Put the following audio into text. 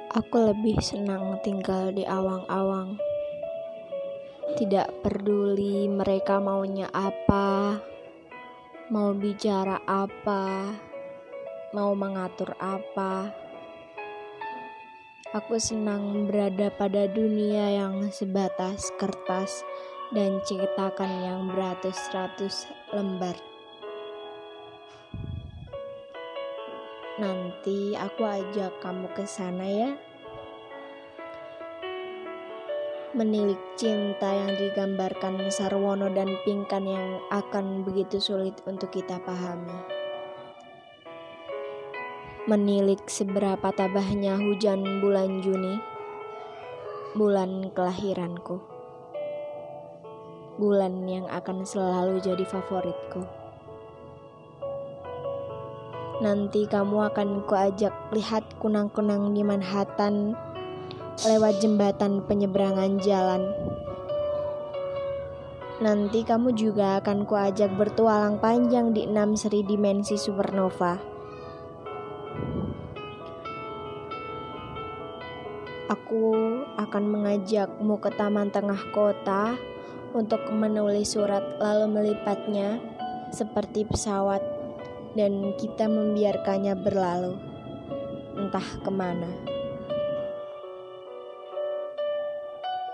Aku lebih senang tinggal di awang-awang. Tidak peduli mereka maunya apa, mau bicara apa, mau mengatur apa. Aku senang berada pada dunia yang sebatas kertas dan cetakan yang beratus-ratus lembar. Nanti aku ajak kamu ke sana ya. Menilik cinta yang digambarkan Sarwono dan Pinkan yang akan begitu sulit untuk kita pahami. Menilik seberapa tabahnya hujan bulan Juni, bulan kelahiranku. Bulan yang akan selalu jadi favoritku. Nanti kamu akan kuajak lihat kunang-kunang di Manhattan lewat jembatan penyeberangan jalan. Nanti kamu juga akan kuajak bertualang panjang di 6 seri dimensi supernova. Aku akan mengajakmu ke taman tengah kota untuk menulis surat lalu melipatnya seperti pesawat dan kita membiarkannya berlalu entah kemana.